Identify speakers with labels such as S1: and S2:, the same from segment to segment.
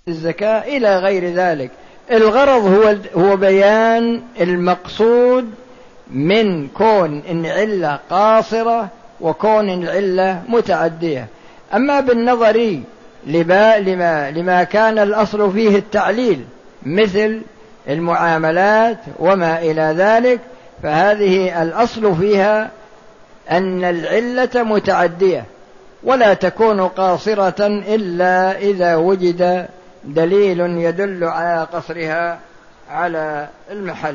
S1: الزكاة إلى غير ذلك. الغرض هو بيان المقصود من كون العلة قاصرة وكون العلة متعدية. أما بالنظر لما كان الأصل فيه التعليل مثل المعاملات وما إلى ذلك، فهذه الأصل فيها أن العلة متعدية ولا تكون قاصرة إلا إذا وجد دليل يدل على قصرها على المحل.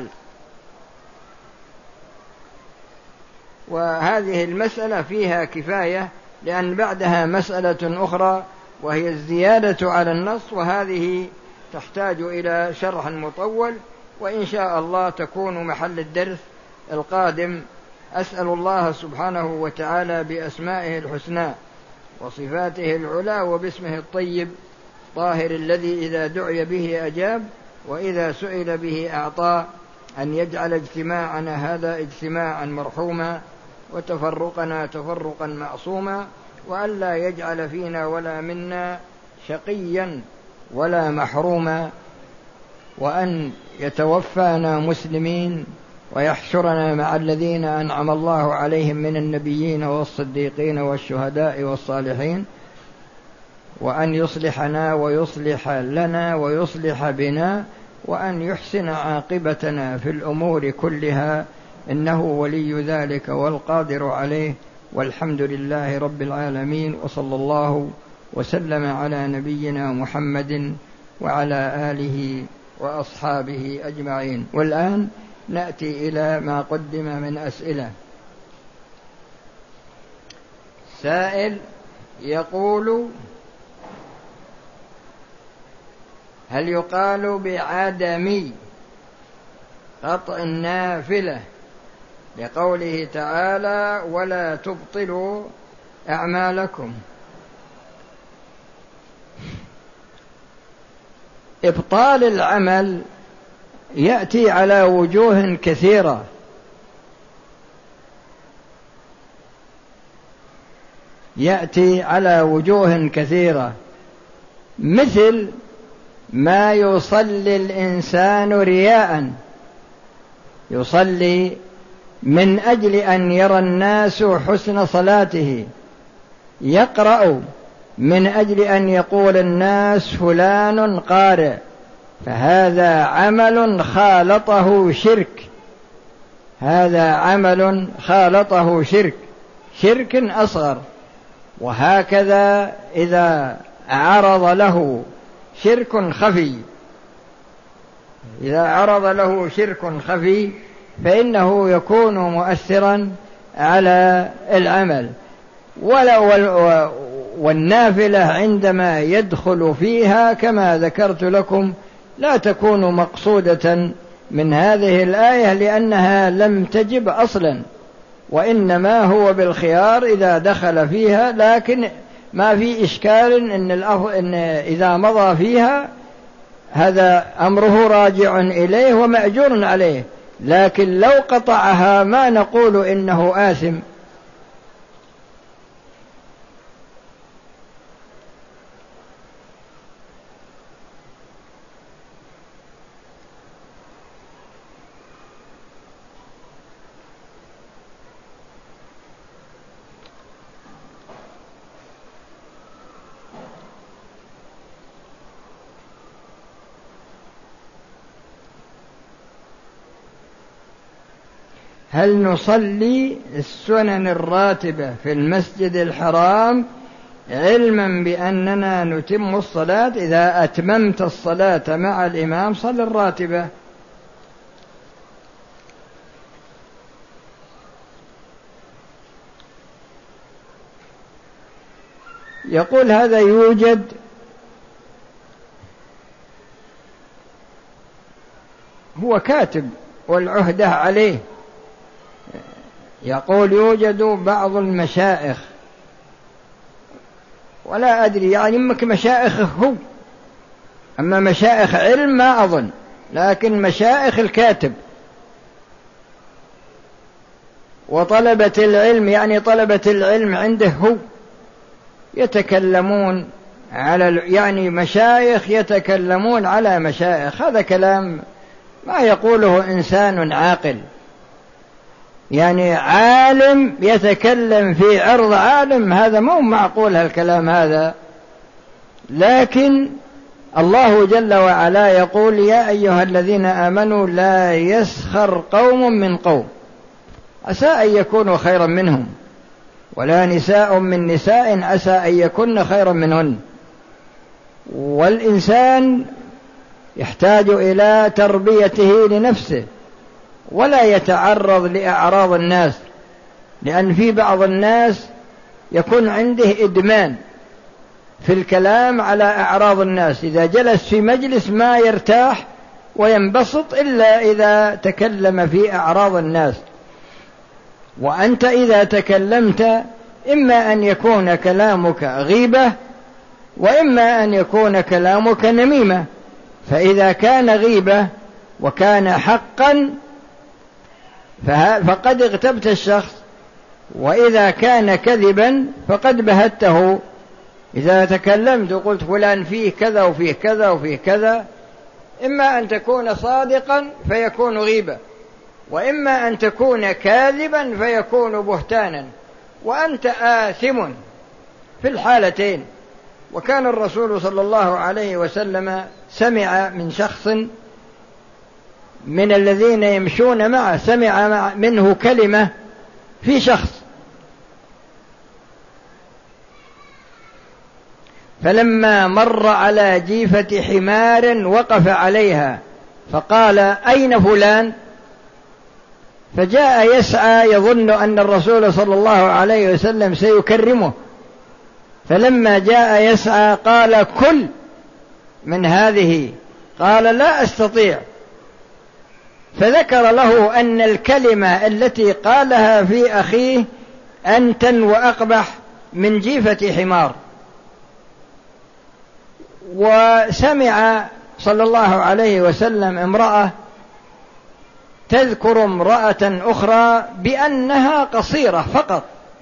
S1: وهذه المسألة فيها كفاية، لأن بعدها مسألة أخرى وهي الزيادة على النص، وهذه تحتاج إلى شرح مطول، وإن شاء الله تكون محل الدرس القادم. أسأل الله سبحانه وتعالى بأسمائه الحسنى وصفاته العلى وباسمه الطيب طاهر الذي إذا دعي به أجاب وإذا سئل به أعطى، أن يجعل اجتماعنا هذا اجتماعا مرحوما وتفرقنا تفرقا معصوما، وأن لا يجعل فينا ولا منا شقيا ولا محروما، وأن يتوفانا مسلمين ويحشرنا مع الذين أنعم الله عليهم من النبيين والصديقين والشهداء والصالحين، وأن يصلحنا ويصلح لنا ويصلح بنا، وأن يحسن عاقبتنا في الأمور كلها، إنه ولي ذلك والقادر عليه. والحمد لله رب العالمين، وصلى الله وسلم على نبينا محمد وعلى آله وأصحابه أجمعين. والآن نأتي إلى ما قدم من أسئلة. سائل يقول: هل يقال بعدم قطع النافلة لقوله تعالى: ولا تبطلوا أعمالكم؟ إبطال العمل يأتي على وجوه كثيرة، يأتي على وجوه كثيرة، مثل ما يصلي الإنسان رياء، يصلي من أجل أن يرى الناس حسن صلاته، يقرأ من أجل أن يقول الناس فلان قارئ، فهذا عمل خالطه شرك، هذا عمل خالطه شرك أصغر. وهكذا إذا عرض له شرك خفي، إذا عرض له شرك خفي فإنه يكون مؤثرا على العمل. والنافلة عندما يدخل فيها كما ذكرت لكم لا تكون مقصودة من هذه الآية، لأنها لم تجب أصلا، وإنما هو بالخيار إذا دخل فيها. لكن ما في إشكال إن إذا مضى فيها هذا أمره راجع إليه ومأجور عليه، لكن لو قطعها ما نقول إنه آثم. هل نصلي السنن الراتبة في المسجد الحرام علما بأننا نتم الصلاة؟ إذا أتممت الصلاة مع الإمام صل الراتبة. يقول هذا يوجد هو كاتب والعهدة عليه، يقول يوجد بعض المشائخ، ولا أدري يعني يمك مشائخه هو، أما مشائخ علم ما أظن، لكن مشائخ الكاتب وطلبة العلم، يعني طلبة العلم عنده هو، يتكلمون يعني مشايخ يتكلمون على مشايخ، هذا كلام ما يقوله إنسان عاقل. يعني عالم يتكلم في عرض عالم، هذا مو معقول هالكلام هذا. لكن الله جل وعلا يقول: يا أيها الذين آمنوا لا يسخر قوم من قوم عسى أن يكونوا خيرا منهم، ولا نساء من نساء عسى أن يكن خيرا منهن. والإنسان يحتاج إلى تربيته لنفسه، ولا يتعرض لأعراض الناس، لأن في بعض الناس يكون عنده إدمان في الكلام على أعراض الناس، إذا جلس في مجلس ما يرتاح وينبسط إلا إذا تكلم في أعراض الناس. وأنت إذا تكلمت إما أن يكون كلامك غيبة، وإما أن يكون كلامك نميمة. فإذا كان غيبة وكان حقا فقد اغتبت الشخص، وإذا كان كذبا فقد بهته. إذا تكلمت وقلت فلان فيه كذا وفيه كذا وفيه كذا، إما أن تكون صادقا فيكون غيبة، وإما أن تكون كاذبا فيكون بهتانا، وأنت آثم في الحالتين. وكان الرسول صلى الله عليه وسلم سمع من شخص من الذين يمشون معه، سمع منه كلمة في شخص، فلما مر على جيفة حمار وقف عليها فقال: أين فلان؟ فجاء يسعى يظن أن الرسول صلى الله عليه وسلم سيكرمه، فلما جاء يسعى قال: كل من هذه. قال: لا أستطيع. فذكر له أن الكلمة التي قالها في أخيه أنتن وأقبح من جيفة حمار. وسمع صلى الله عليه وسلم امرأة تذكر امرأة أخرى بأنها قصيرة فقط،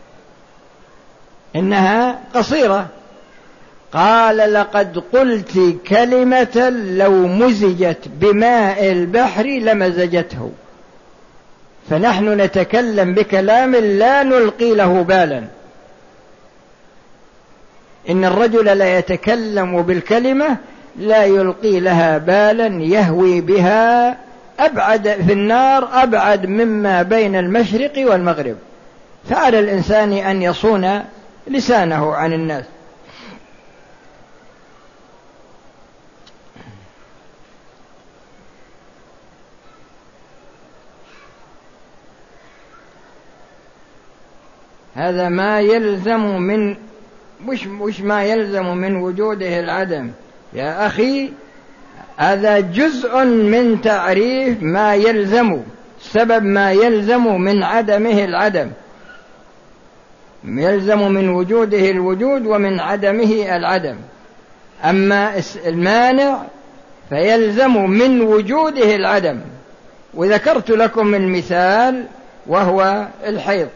S1: إنها قصيرة. قال: لقد قلت كلمة لو مزجت بماء البحر لمزجته. فنحن نتكلم بكلام لا نلقي له بالا. إن الرجل لا يتكلم بالكلمة لا يلقي لها بالا، يهوي بها أبعد في النار، أبعد مما بين المشرق والمغرب. فعلى الإنسان أن يصون لسانه عن الناس. هذا ما يلزم من مش ما يلزم من وجوده العدم يا أخي، هذا جزء من تعريف ما يلزم، سبب ما يلزم من عدمه العدم. يلزم من وجوده الوجود ومن عدمه العدم. أما المانع فيلزم من وجوده العدم. وذكرت لكم المثال وهو الحيض.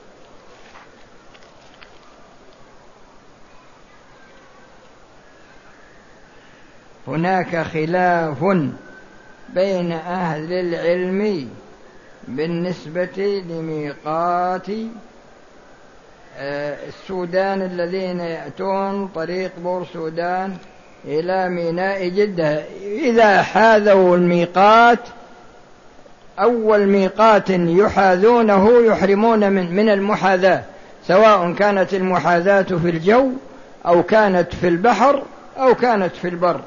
S1: هناك خلاف بين أهل العلم بالنسبة لميقات السودان الذين يأتون طريق بور سودان إلى ميناء جدة. إذا حاذوا الميقات، أول ميقات يحاذونه يحرمون من المحاذاة، سواء كانت المحاذاة في الجو أو كانت في البحر أو كانت في البر.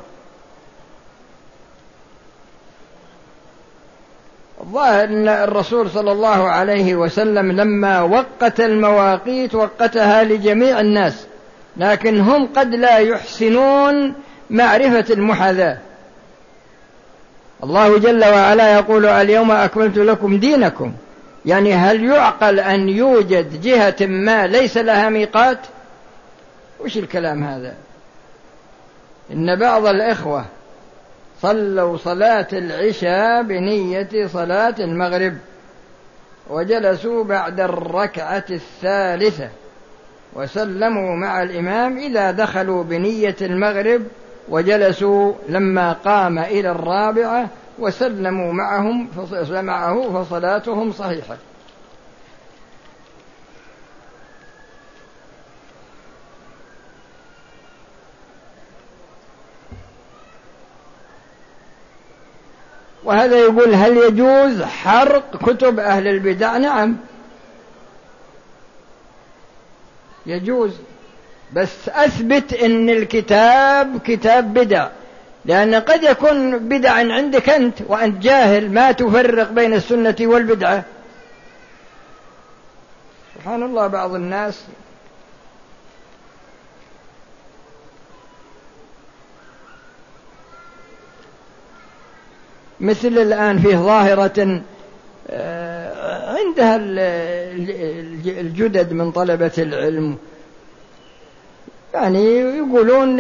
S1: الظاهر أن الرسول صلى الله عليه وسلم لما وقت المواقيت وقتها لجميع الناس، لكن هم قد لا يحسنون معرفة المحاذاة. الله جل وعلا يقول: اليوم أكملت لكم دينكم. يعني هل يعقل أن يوجد جهة ما ليس لها ميقات؟ وش الكلام هذا؟ إن بعض الإخوة صلوا صلاة العشاء بنية صلاة المغرب، وجلسوا بعد الركعة الثالثة وسلموا مع الإمام إذا دخلوا بنية المغرب، وجلسوا لما قام إلى الرابعة وسلموا معه فصلاتهم صحيحة. وهذا يقول: هل يجوز حرق كتب أهل البدع؟ نعم يجوز، بس أثبت أن الكتاب كتاب بدع، لأن قد يكون بدع عندك أنت وأنت جاهل ما تفرق بين السنة والبدعة. سبحان الله، بعض الناس مثل الآن فيه ظاهرة عندها الجدد من طلبة العلم، يعني يقولون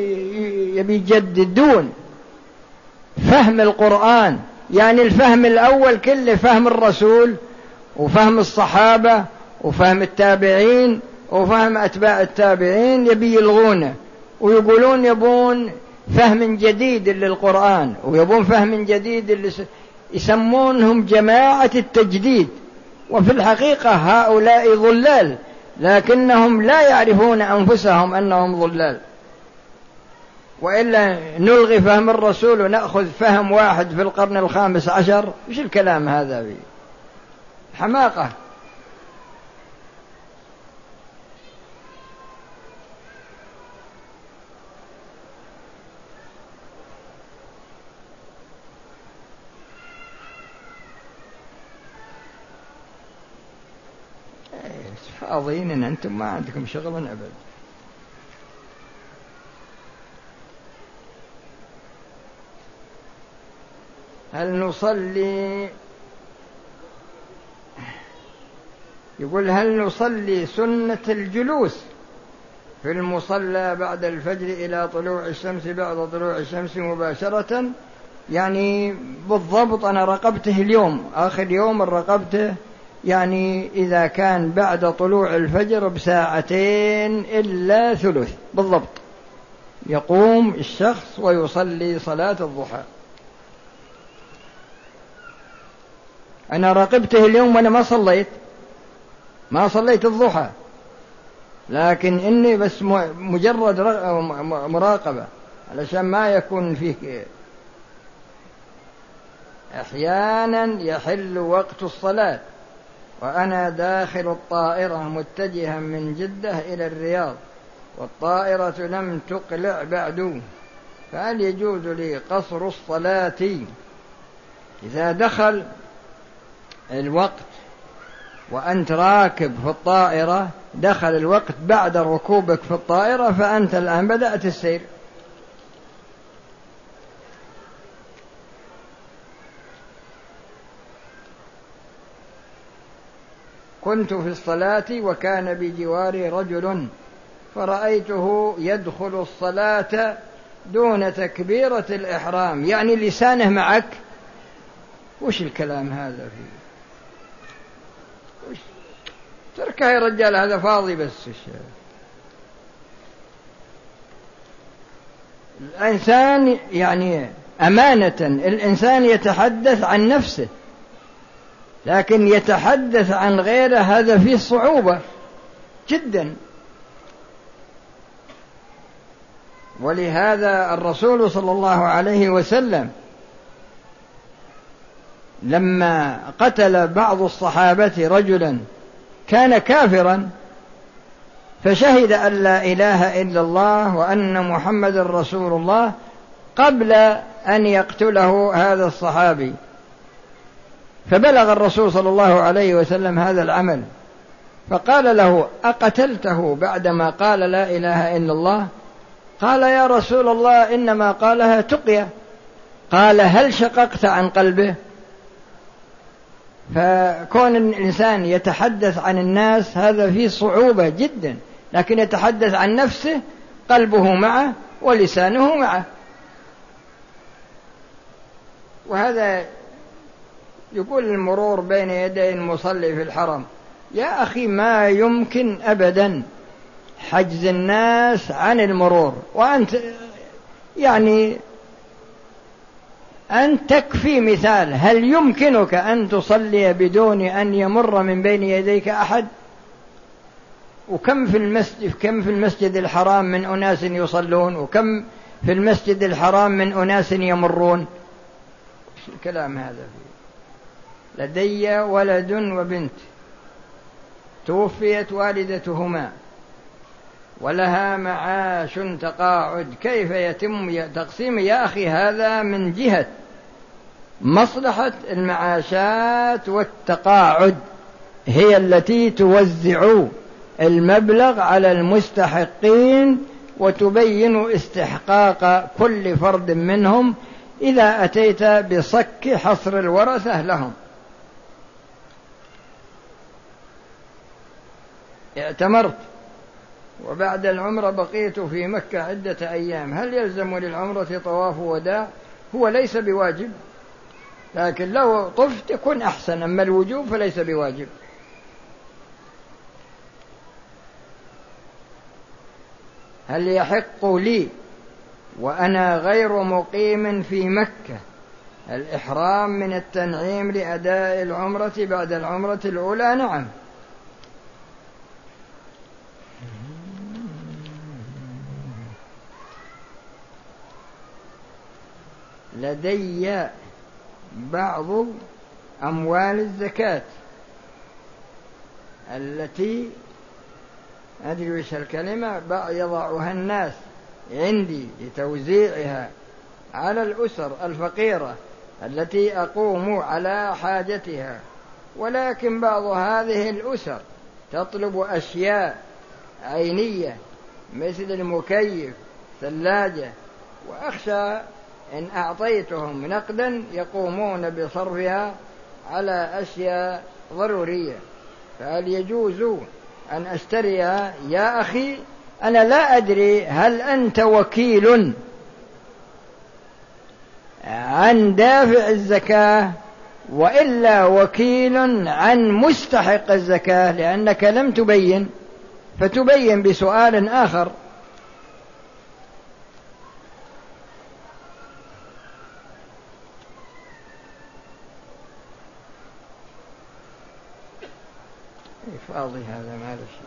S1: يجددون فهم القرآن، يعني الفهم الأول كله فهم الرسول وفهم الصحابة وفهم التابعين وفهم أتباع التابعين، يبي يلغونه ويقولون يبون فهم جديد للقرآن ويبون فهم جديد اللي يسمونهم جماعة التجديد. وفي الحقيقة هؤلاء ضلال، لكنهم لا يعرفون أنفسهم أنهم ضلال، وإلا نلغي فهم الرسول ونأخذ فهم واحد في القرن الخامس عشر؟ إيش الكلام هذا؟ فيه حماقة. فاضيين إن أنتم ما عندكم شغل أبد. هل نصلي، يقول هل نصلي سنة الجلوس في المصلى بعد الفجر إلى طلوع الشمس بعد طلوع الشمس مباشرة؟ يعني بالضبط أنا رقبته اليوم آخر يوم رقبته، يعني إذا كان بعد طلوع الفجر بساعتين إلا ثلث بالضبط يقوم الشخص ويصلي صلاة الضحى. أنا راقبته اليوم وأنا ما صليت الضحى، لكن إني بس مجرد مراقبة علشان ما يكون فيه. أحيانا يحل وقت الصلاة وأنا داخل الطائرة متجها من جدة إلى الرياض والطائرة لم تقلع بعد، فهل يجوز لي قصر الصلاة إذا دخل الوقت وأنت راكب في الطائرة؟ دخل الوقت بعد ركوبك في الطائرة فأنت الآن بدأت السير. كنت في الصلاة وكان بجواري رجل فرأيته يدخل الصلاة دون تكبيرة الإحرام، يعني لسانه معك. وش الكلام هذا فيه؟ تركه يا رجال، هذا فاضي بس. الإنسان يعني أمانة الإنسان يتحدث عن نفسه، لكن يتحدث عن غيره هذا فيه صعوبة جدا. ولهذا الرسول صلى الله عليه وسلم لما قتل بعض الصحابة رجلا كان كافرا فشهد أن لا إله إلا الله وأن محمد رسول الله قبل أن يقتله هذا الصحابي، فبلغ الرسول صلى الله عليه وسلم هذا العمل فقال له: أقتلته بعدما قال لا إله إلا الله؟ قال: يا رسول الله إنما قالها تقية. قال: هل شققت عن قلبه؟ فكون الإنسان يتحدث عن الناس هذا فيه صعوبة جدا، لكن يتحدث عن نفسه قلبه معه ولسانه معه. وهذا يقول المرور بين يدي المصلي في الحرم. يا أخي ما يمكن أبدا حجز الناس عن المرور، وأنت يعني أن تكفي مثال. هل يمكنك أن تصلي بدون أن يمر من بين يديك أحد؟ وكم في المسجد الحرام من أناس يصلون، وكم في المسجد الحرام من أناس يمرون. الكلام هذا فيه. لدي ولد وبنت توفيت والدتهما ولها معاش تقاعد، كيف يتم تقسيم؟ يا أخي هذا من جهة مصلحة المعاشات والتقاعد، هي التي توزع المبلغ على المستحقين وتبين استحقاق كل فرد منهم إذا أتيت بصك حصر الورثة لهم. اعتمرت وبعد العمرة بقيت في مكة عدة أيام، هل يلزم للعمرة طواف وداع؟ هو ليس بواجب، لكن لو طفت يكون أحسن، أما الوجوب فليس بواجب. هل يحق لي وأنا غير مقيم في مكة الإحرام من التنعيم لأداء العمرة بعد العمرة الأولى؟ نعم. لدي بعض أموال الزكاة التي أدري وش الكلمة يضعها الناس عندي لتوزيعها على الأسر الفقيرة التي أقوم على حاجتها، ولكن بعض هذه الأسر تطلب أشياء عينية مثل المكيف، ثلاجة، وأخشى إن أعطيتهم نقدا يقومون بصرفها على أشياء ضرورية، فهل يجوز أن أشتريها؟ يا أخي أنا لا أدري هل أنت وكيل عن دافع الزكاة وإلا وكيل عن مستحق الزكاة، لأنك لم تبين، فتبين بسؤال آخر. فاضي هذا ما له شيء.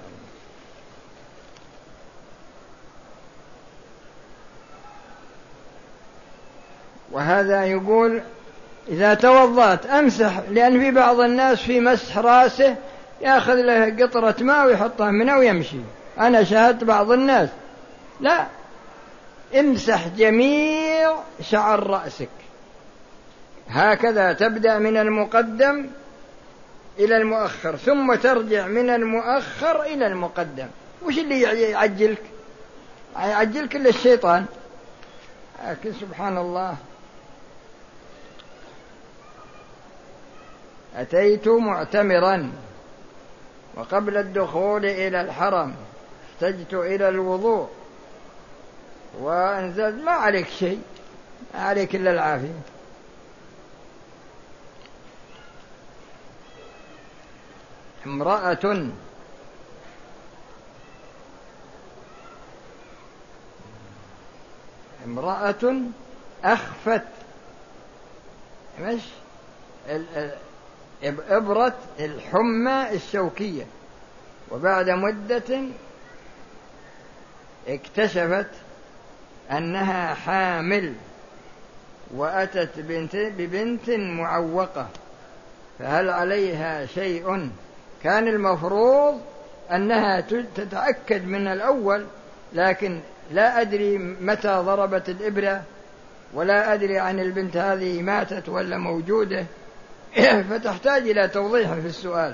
S1: وهذا يقول إذا توضأت أمسح، لأن في بعض الناس في مسح راسه يأخذ له قطرة ماء ويحطها منه ويمشي. أنا شاهدت بعض الناس، لا، امسح جميع شعر رأسك هكذا، تبدأ من المقدم إلى المؤخر ثم ترجع من المؤخر إلى المقدم. وش اللي يعجلك؟ يعجلك إلا الشيطان. لكن سبحان الله، أتيت معتمرا وقبل الدخول إلى الحرم احتجت إلى الوضوء وأنزلت، ما عليك شيء، ما عليك إلا العافية. امرأة أخفت إبرة الحمى الشوكية، وبعد مدة اكتشفت أنها حامل وأتت ببنت معوقة، فهل عليها شيء؟ كان المفروض أنها تتأكد من الأول، لكن لا أدري متى ضربت الإبرة، ولا أدري عن البنت هذه ماتت ولا موجودة، فتحتاج إلى توضيح في السؤال.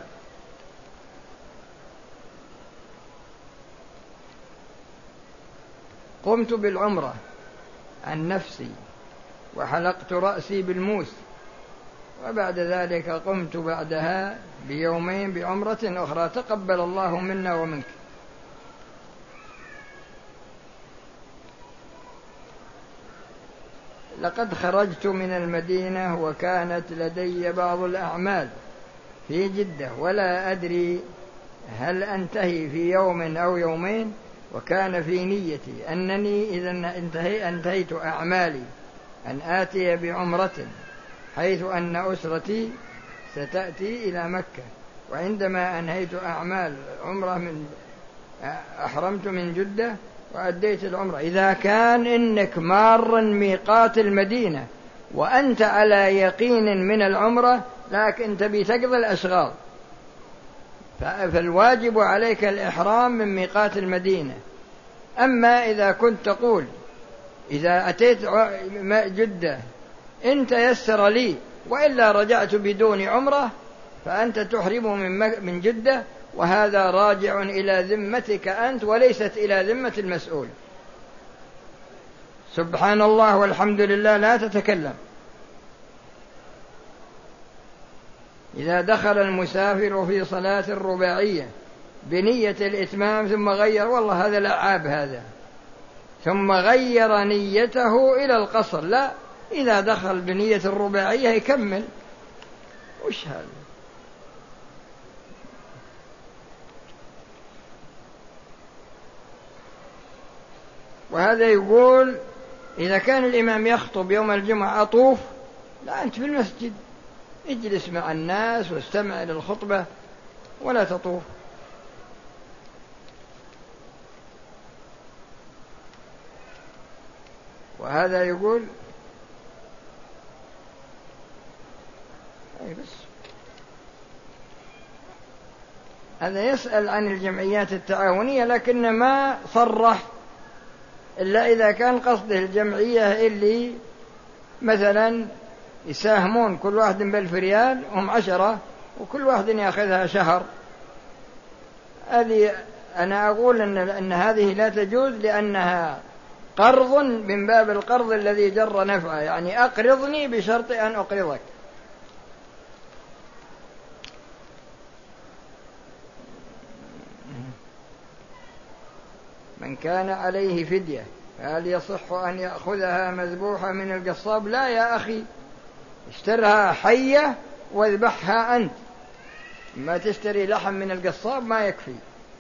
S1: قمت بالعمرة عن نفسي وحلقت رأسي بالموس، وبعد ذلك قمت بعدها بيومين بعمرة أخرى، تقبل الله منا ومنك. لقد خرجت من المدينة وكانت لدي بعض الأعمال في جدة، ولا أدري هل أنتهي في يوم أو يومين وكان في نيتي أنني إذا انتهيت أعمالي أن آتي بعمرة، حيث أن أسرتي ستأتي إلى مكة، وعندما أنهيت أعمال عمرة أحرمت من جدة وأديت العمرة. إذا كان إنك مارا ميقات المدينة وأنت على يقين من العمرة لكن تبي تقضي الأشغال، فالواجب عليك الإحرام من ميقات المدينة. أما إذا كنت تقول إذا أتيت جدة إن تيسر لي وإلا رجعت بدون عمرة، فأنت تحرم من جدة، وهذا راجع إلى ذمتك أنت وليست إلى ذمة المسؤول. سبحان الله والحمد لله لا تتكلم. إذا دخل المسافر في صلاة الرباعية بنية الإتمام ثم غير، والله هذا لعاب هذا، ثم غير نيته إلى القصر، لا، إذا دخل بنية الرباعية يكمل. وش هذا؟ وهذا يقول إذا كان الإمام يخطب يوم الجمعة أطوف، لا، أنت في المسجد اجلس مع الناس واستمع إلى الخطبة ولا تطوف. وهذا يقول بس هذا يسأل عن الجمعيات التعاونية، لكن ما صرح إلا إذا كان قصده الجمعية اللي مثلا يساهمون كل واحد ب1000 ريال، هم 10 وكل واحد يأخذها شهر. هذه أنا أقول أن هذه لا تجوز، لأنها قرض من باب القرض الذي جر نفعه، يعني أقرضني بشرط أن أقرضك. من كان عليه فدية هل يصح أن يأخذها مذبوحة من القصاب؟ لا يا أخي، اشترها حية واذبحها أنت، ما تشتري لحم من القصاب ما يكفي.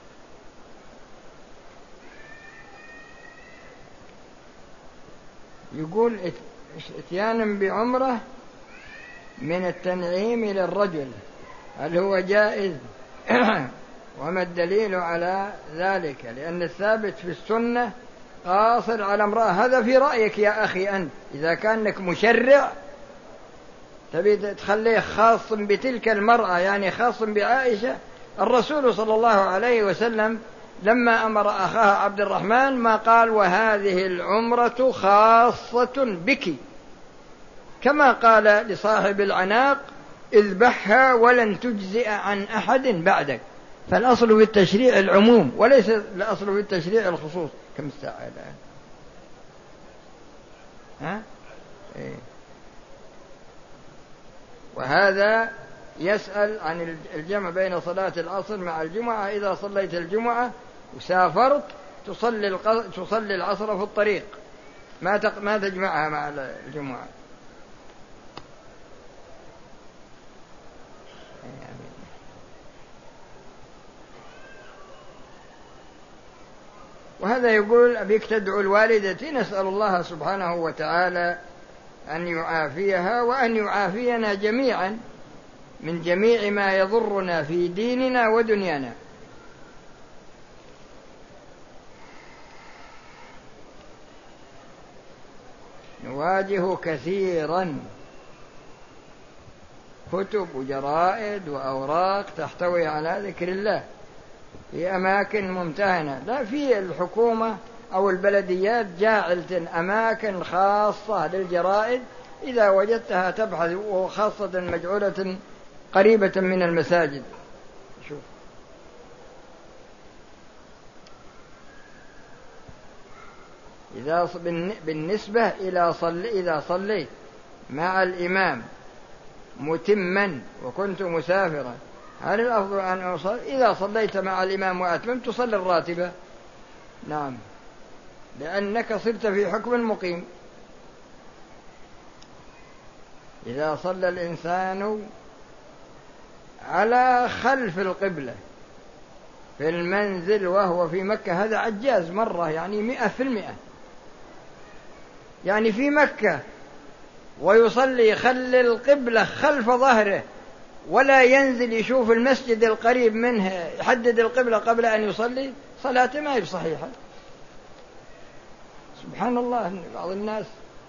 S1: يقول اتيان بعمرة من التنعيم للرجل هل هو جائز؟ وما الدليل على ذلك؟ لأن الثابت في السنة قاصر على امرأة. هذا في رأيك يا أخي أنت، إذا كانك مشرع تبي تخليه خاص بتلك المرأة، يعني خاص بعائشة. الرسول صلى الله عليه وسلم لما أمر أخاه عبد الرحمن ما قال وهذه العمرة خاصة بك، كما قال لصاحب العناق اذبحها ولن تجزئ عن أحد بعدك. فالأصل في التشريع العموم وليس الأصل في التشريع الخصوص. كم الساعة الآن؟ إيه.
S2: وهذا يسأل عن الجمع بين صلاة العصر مع الجمعة. إذا صليت الجمعة وسافرت تصلي العصر في الطريق، ما تجمعها مع الجمعة. وهذا يقول أبيك تدعو الوالدة، نسأل الله سبحانه وتعالى أن يعافيها وأن يعافينا جميعا من جميع ما يضرنا في ديننا ودنيانا. نواجه كثيرا كتب وجرائد وأوراق تحتوي على ذكر الله في أماكن ممتهنة. لا، في الحكومة أو البلديات جاعلة أماكن خاصة للجرائد، إذا وجدتها تبحث، وخاصة مجعولة قريبة من المساجد. شوف بالنسبة إذا صليت مع الإمام متما وكنت مسافرا، هل الأفضل أن أصلي؟ إذا صليت مع الإمام وأتممت تصلي الراتبة. نعم، لأنك صرت في حكم المقيم. إذا صلى الإنسان على خلف القبلة
S1: في المنزل وهو في مكة هذا عجاز مرة، يعني 100%. يعني في مكة ويصلي يخلي القبلة خلف ظهره ولا ينزل يشوف المسجد القريب منه يحدد القبلة قبل أن يصلي، صلاته ما هي صحيحة. سبحان الله بعض الناس.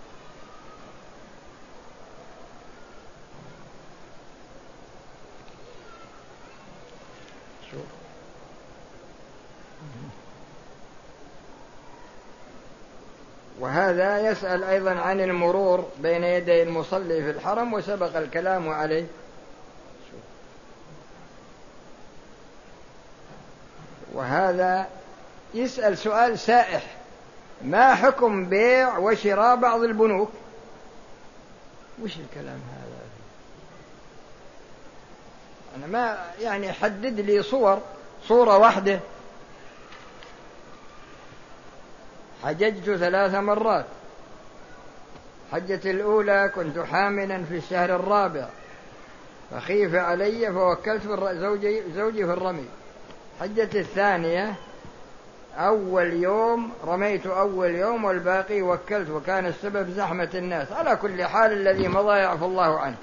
S1: وهذا يسأل أيضا عن المرور بين يدي المصلي في الحرم، وسبق الكلام عليه. وهذا يسأل سؤال سائح: ما حكم بيع وشراء بعض البنوك؟ وش الكلام هذا؟ أنا ما يعني حدد لي صورة واحدة. حججت 3 مرات. حجة الأولى كنت حاملا في الشهر الرابع فخيف علي فوكلت زوجي في الرمي. حجة الثانية أول يوم رميت أول يوم والباقي وكلت، وكان السبب زحمة الناس. على كل حال الذي مضى يعفو الله عنه.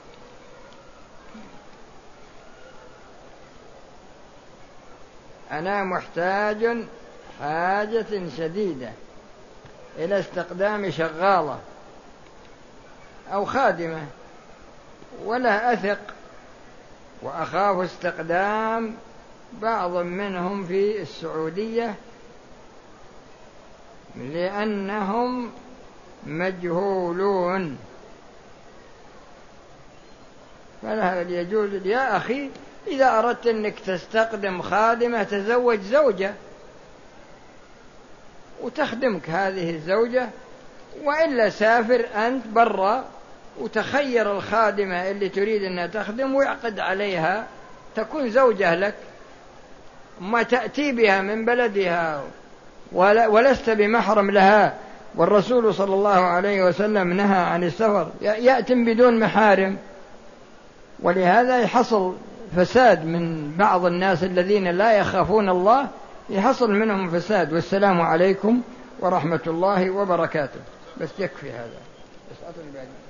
S1: أنا محتاج حاجة شديدة إلى استقدام شغالة أو خادمة، ولا أثق وأخاف استقدام بعض منهم في السعودية لأنهم مجهولون. فهل يجوز؟ يا أخي إذا أردت أنك تستقدم خادمة تزوج زوجة وتخدمك هذه الزوجة، وإلا سافر أنت برا وتخير الخادمة اللي تريد أنها تخدم ويعقد عليها تكون زوجة لك، ما تأتي بها من بلدها ولست بمحرم لها. والرسول صلى الله عليه وسلم نهى عن السفر يأتم بدون محارم. ولهذا يحصل فساد من بعض الناس الذين لا يخافون الله، يحصل منهم فساد. والسلام عليكم ورحمة الله وبركاته. بس يكفي هذا، بس أعطني بعد.